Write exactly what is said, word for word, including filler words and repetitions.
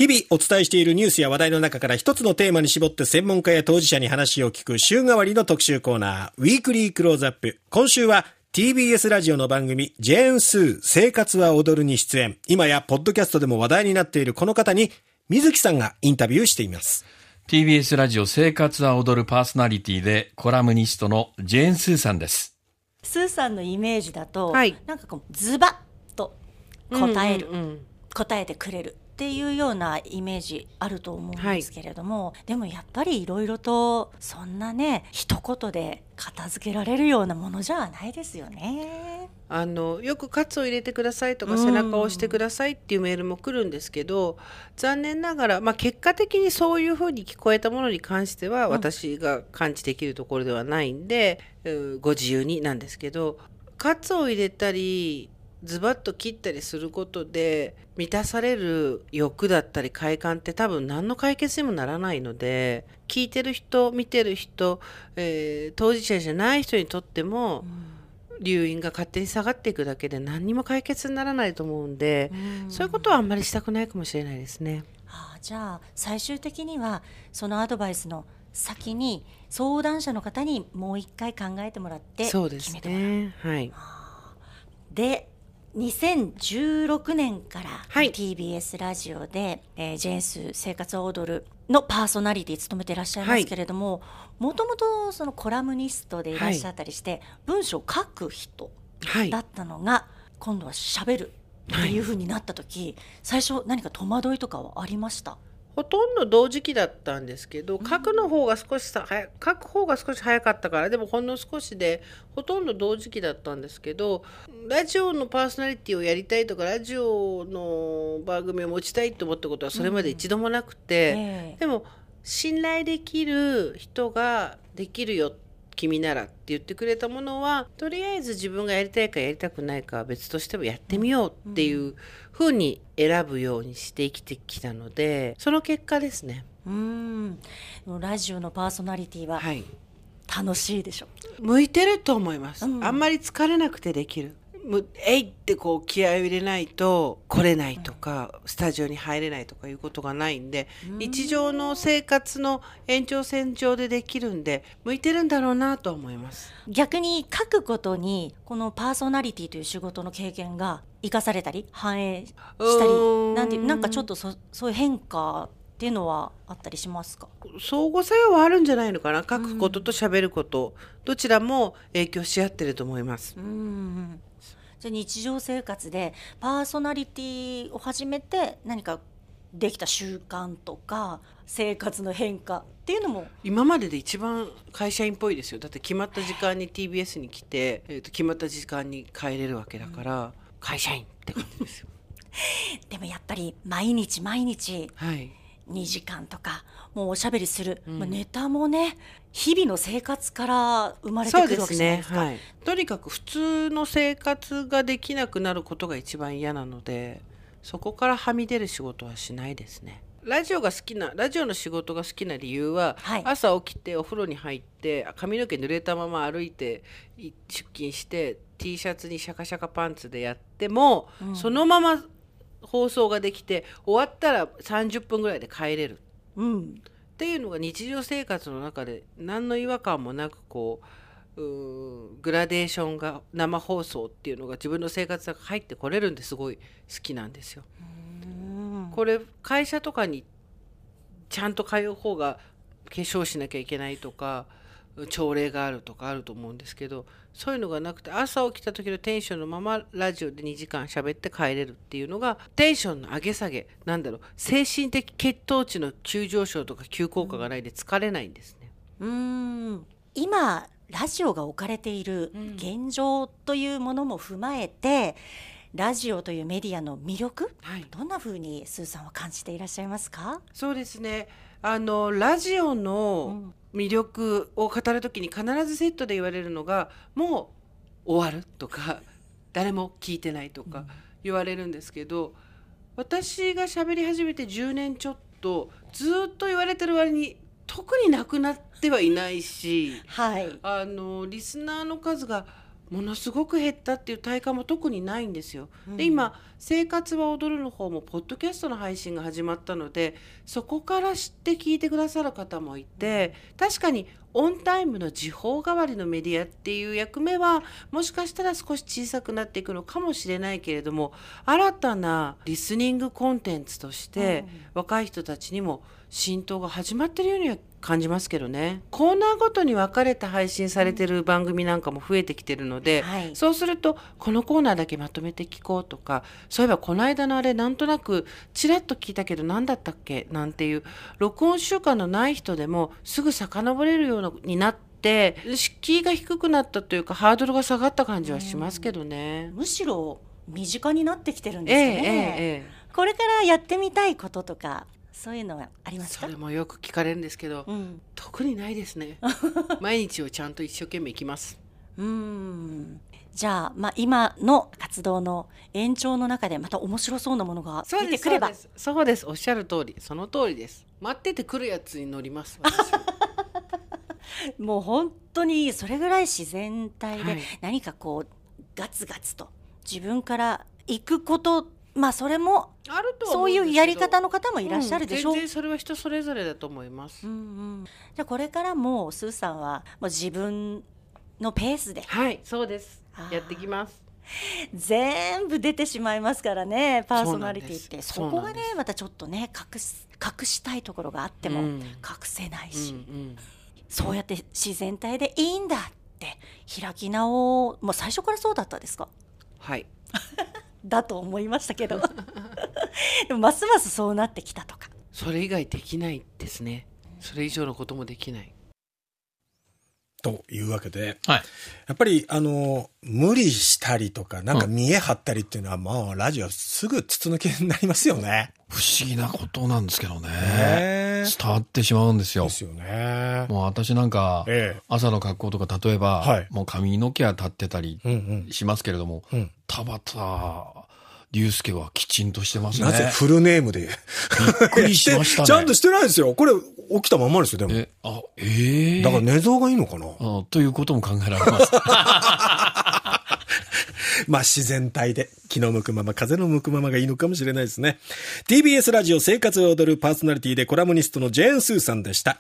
日々お伝えしているニュースや話題の中から一つのテーマに絞って専門家や当事者に話を聞く週替わりの特集コーナー、ウィークリークローズアップ。今週は ティービーエス ラジオの番組ジェーンスー生活は踊るに出演。今やポッドキャストでも話題になっているこの方に水木さんがインタビューしています。 ティービーエス ラジオ生活は踊るパーソナリティでコラムニストのジェーンスーさんです。 スーさんのイメージだと、 はい、 なんかこうズバッと答える、 うんうんうん、 答えてくれるっていうようなイメージあると思うんですけれども、はい、でもやっぱりいろいろとそんなね一言で片付けられるようなものじゃないですよね。 あのよくカツを入れてくださいとか、うん、背中を押してくださいっていうメールも来るんですけど、残念ながら、まあ、結果的にそういうふうに聞こえたものに関しては、うん、私が感知できるところではないんで、うん、ご自由になんですけど、カツを入れたりズバッと切ったりすることで満たされる欲だったり快感って多分何の解決にもならないので、聞いてる人見てる人、えー、当事者じゃない人にとっても、うん、留飲が勝手に下がっていくだけで何にも解決にならないと思うんで、うん、そういうことはあんまりしたくないかもしれないですね。 はあ、じゃあ最終的にはそのアドバイスの先に相談者の方にもう一回考えてもらって決めてもらう。 そうですね、はい、 はあ、でにせんじゅうろくねんから、 はい、 ティービーエス ラジオで、えー、ジェーンスー生活を踊るのパーソナリティ務めていらっしゃいますけれども、もともとそのコラムニストでいらっしゃったりして、はい、文章を書く人だったのが、はい、今度は喋るっていう風になった時、はい、最初何か戸惑いとかはありました？ ほとんど同時期だったんですけど、書くの方が少しさ、うん、書く方が少し早かったから、でもほんの少しでほとんど同時期だったんですけど、ラジオのパーソナリティをやりたいとかラジオの番組を持ちたいと思ったことはそれまで一度もなくて、うんえー、でも信頼できる人ができるよ君ならって言ってくれたものは、とりあえず自分がやりたいかやりたくないかは別としてもやってみようっていう風に選ぶようにして生きてきたので、その結果ですね。 うーん、ラジオのパーソナリティは楽しいでしょ？ はい、向いてると思います、うん、あんまり疲れなくてできる。えいってこう気合を入れないと来れないとか、うん、スタジオに入れないとかいうことがないんで、日常の生活の延長線上でできるんで向いてるんだろうなと思います。 逆に書くことにこのパーソナリティという仕事の経験が生かされたり反映したり、なんてなんかちょっと そ, そういう変化っていうのはあったりしますか？ 相互作用はあるんじゃないのかな。書くことと喋ること、うん、どちらも影響し合ってると思います。 うん、じゃあ日常生活でパーソナリティを始めて何かできた習慣とか生活の変化っていうのも今までで一番会社員っぽいですよ。だって決まった時間に ティービーエス に来て、えー、と決まった時間に帰れるわけだから、うん、会社員って感じですよ。 でもやっぱり毎日毎日、 はい、 にじかんとかもうおしゃべりする、うん、まあ、ネタもね日々の生活から生まれてくるわけじゃないですか。 そうですね、はい、とにかく普通の生活ができなくなることが一番嫌なので、そこからはみ出る仕事はしないですね。ラジオが好きなラジオの仕事が好きな理由は、はい、朝起きてお風呂に入って髪の毛濡れたまま歩いて出勤して T シャツにシャカシャカパンツでやっても、うん、そのまま放送ができて終わったらさんじゅっぷんぐらいで帰れる、うん、っていうのが日常生活の中で何の違和感もなくこう、うグラデーションが生放送っていうのが自分の生活が入ってこれるんですごい好きなんですよ。うん、これ会社とかにちゃんと通う方が化粧しなきゃいけないとか朝礼があるとかあると思うんですけど、そういうのがなくて朝起きた時のテンションのままラジオでにじかん喋って帰れるっていうのがテンションの上げ下げなんだろう、精神的血糖値の急上昇とか急降下がないで疲れないんですね。 うーん、今ラジオが置かれている現状というものも踏まえて、うん、ラジオというメディアの魅力、はい、どんな風にスーさんは感じていらっしゃいますか？ そうですね、あのラジオの魅力を語るときに必ずセットで言われるのが、もう終わるとか誰も聞いてないとか言われるんですけど、うん、私が喋り始めてじゅうねんちょっとずっと言われてる割に特になくなってはいないし、はい、あのリスナーの数がものすごく減ったっていう体感も特にないんですよ。 うん、 で今生活は踊るの方もポッドキャストの配信が始まったので、そこから知って聞いてくださる方もいて、確かにオンタイムの時報代わりのメディアっていう役目はもしかしたら少し小さくなっていくのかもしれないけれども、新たなリスニングコンテンツとして若い人たちにも浸透が始まっているようには感じますけどね。コーナーごとに分かれて配信されている番組なんかも増えてきてるので、 はい、 そうするとこのコーナーだけまとめて聞こうとか、そういえばこの間のあれなんとなくちらっと聞いたけど何だったっけなんていう録音習慣のない人でもすぐ遡れるようになって敷居が低くなったというか、ハードルが下がった感じはしますけどね。 むしろ身近になってきてるんですね、 ええええ、 これからやってみたいこととかそういうのはありますか？ それもよく聞かれるんですけど、うん、特にないですね毎日をちゃんと一生懸命生きます。 うーん、じゃあ、まあ、今の活動の延長の中でまた面白そうなものが出てくれば。 そうです、そうです、おっしゃる通り、その通りです。待っててくるやつに乗ります私もう本当にそれぐらい自然体で何かこうガツガツと自分から行くこと、まあそれもあるとはそういうやり方の方もいらっしゃるでしょう、 うん、全然それは人それぞれだと思います、 うんうん、じゃあこれからもスーさんはもう自分のペースで、 はい、そうです、やってきます。 全部出てしまいますからね、パーソナリティって。 そ, そこがねまたちょっとね隠す隠したいところがあっても隠せないし、うんうんうん、そうやって自然体でいいんだって開き直もう最初からそうだったですか？ はいだと思いましたけどでもますますそうなってきたとか。 それ以外できないですね。それ以上のこともできないというわけで、 はい、 やっぱりあの無理したりとかなんか見え張ったりっていうのは、うん、もうラジオすぐ筒抜けになりますよね。 不思議なことなんですけどね、えー、伝わってしまうんですよ。 ですよね。 もう私なんか、えー、朝の格好とか例えば、はい、もう髪の毛は立ってたりしますけれども、うんうん、田畑龍介はきちんとしてますね。 なぜフルネームでびっくりしましたねちゃんとしてないですよ。これ起きたまんまですよ。でもえあえー、 だから寝相がいいのかなあということも考えられますまあ自然体で気の向くまま風の向くままがいいのかもしれないですね。 ティービーエス ラジオ生活を踊るパーソナリティでコラムニストのジェーン・スーさんでした。